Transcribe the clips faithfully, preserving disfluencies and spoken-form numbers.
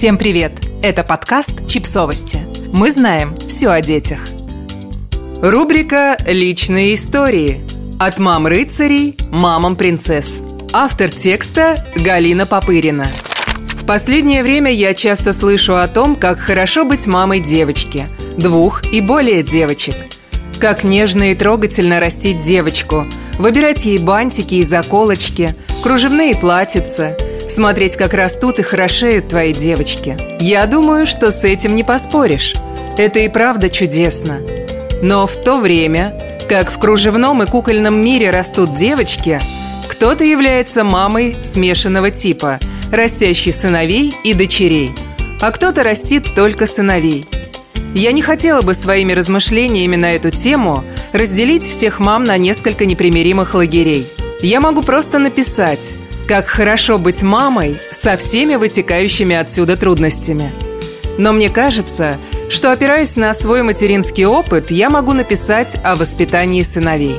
Всем привет! Это подкаст «Чипсовости». Мы знаем все о детях. Рубрика «Личные истории». От мам-рыцарей мамам-принцесс. Автор текста Галина Попырина. В последнее время я часто слышу о том, как хорошо быть мамой девочки, двух и более девочек. Как нежно и трогательно растить девочку, выбирать ей бантики и заколочки, кружевные платьица, смотреть, как растут и хорошеют твои девочки. Я думаю, что с этим не поспоришь. Это и правда чудесно. Но в то время, как в кружевном и кукольном мире растут девочки, кто-то является мамой смешанного типа, растящей сыновей и дочерей, а кто-то растит только сыновей. Я не хотела бы своими размышлениями на эту тему разделить всех мам на несколько непримиримых лагерей. Я могу просто написать, как хорошо быть мамой со всеми вытекающими отсюда трудностями. Но мне кажется, что, опираясь на свой материнский опыт, я могу написать о воспитании сыновей.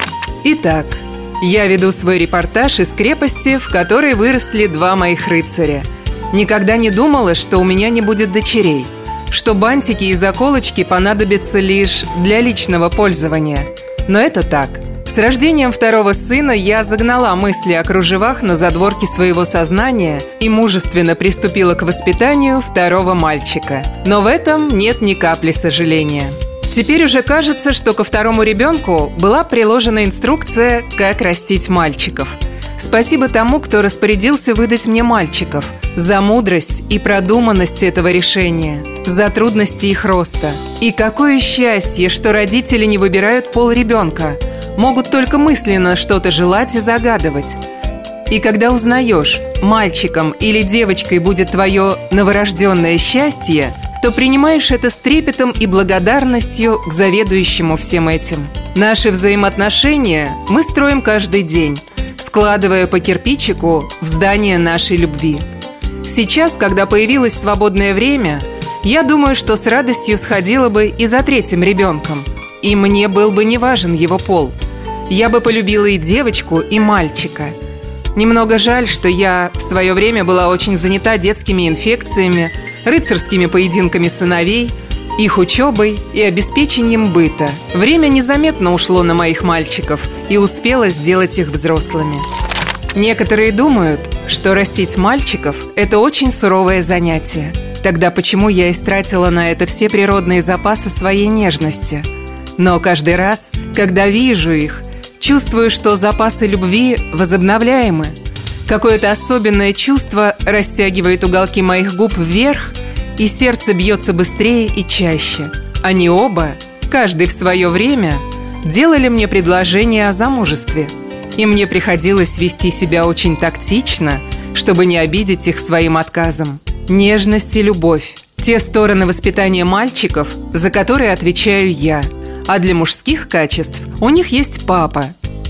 Итак, я веду свой репортаж из крепости, в которой выросли два моих рыцаря. Никогда не думала, что у меня не будет дочерей, что бантики и заколочки понадобятся лишь для личного пользования. Но это так. С рождением второго сына я загнала мысли о кружевах на задворки своего сознания и мужественно приступила к воспитанию второго мальчика. Но в этом нет ни капли сожаления. Теперь уже кажется, что ко второму ребенку была приложена инструкция, как растить мальчиков. Спасибо тому, кто распорядился выдать мне мальчиков, за мудрость и продуманность этого решения, за трудности их роста. И какое счастье, что родители не выбирают пол ребенка, могут только мысленно что-то желать и загадывать. И когда узнаешь, мальчиком или девочкой будет твое новорожденное счастье, то принимаешь это с трепетом и благодарностью к заведующему всем этим. Наши взаимоотношения мы строим каждый день, складывая по кирпичику в здание нашей любви. Сейчас, когда появилось свободное время, я думаю, что с радостью сходила бы и за третьим ребенком. И мне был бы не важен его пол. Я бы полюбила и девочку, и мальчика. Немного жаль, что я в свое время была очень занята детскими инфекциями, рыцарскими поединками сыновей, их учебой и обеспечением быта. Время незаметно ушло на моих мальчиков и успело сделать их взрослыми. Некоторые думают, что растить мальчиков – это очень суровое занятие. Тогда почему я истратила на это все природные запасы своей нежности? Но каждый раз, когда вижу их, чувствую, что запасы любви возобновляемы. Какое-то особенное чувство растягивает уголки моих губ вверх, и сердце бьется быстрее и чаще. Они оба, каждый в свое время, делали мне предложение о замужестве. И мне приходилось вести себя очень тактично, чтобы не обидеть их своим отказом. Нежность и любовь – те стороны воспитания мальчиков, за которые отвечаю я. А для мужских качеств у них есть папа.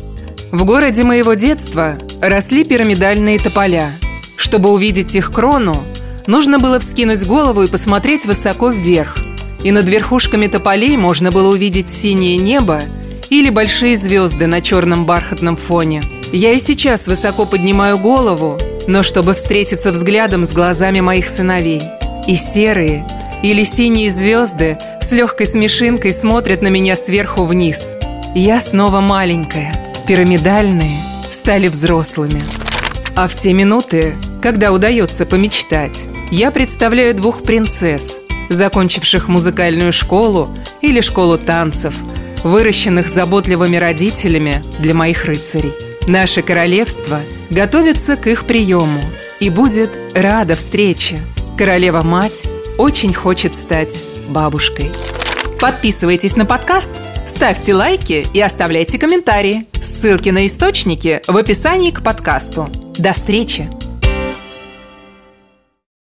В городе моего детства росли пирамидальные тополя. Чтобы увидеть их крону, нужно было вскинуть голову и посмотреть высоко вверх. И над верхушками тополей можно было увидеть синее небо или большие звезды на черном бархатном фоне. Я и сейчас высоко поднимаю голову, но чтобы встретиться взглядом с глазами моих сыновей. И серые или синие звезды с легкой смешинкой смотрят на меня сверху вниз. Я снова маленькая. Пирамидальные стали взрослыми. А в те минуты, когда удается помечтать, я представляю двух принцесс, закончивших музыкальную школу или школу танцев, выращенных заботливыми родителями для моих рыцарей. Наше королевство готовится к их приему и будет рада встрече. Королева-мать очень хочет стать бабушкой. Подписывайтесь на подкаст, ставьте лайки и оставляйте комментарии. Ссылки на источники в описании к подкасту. До встречи!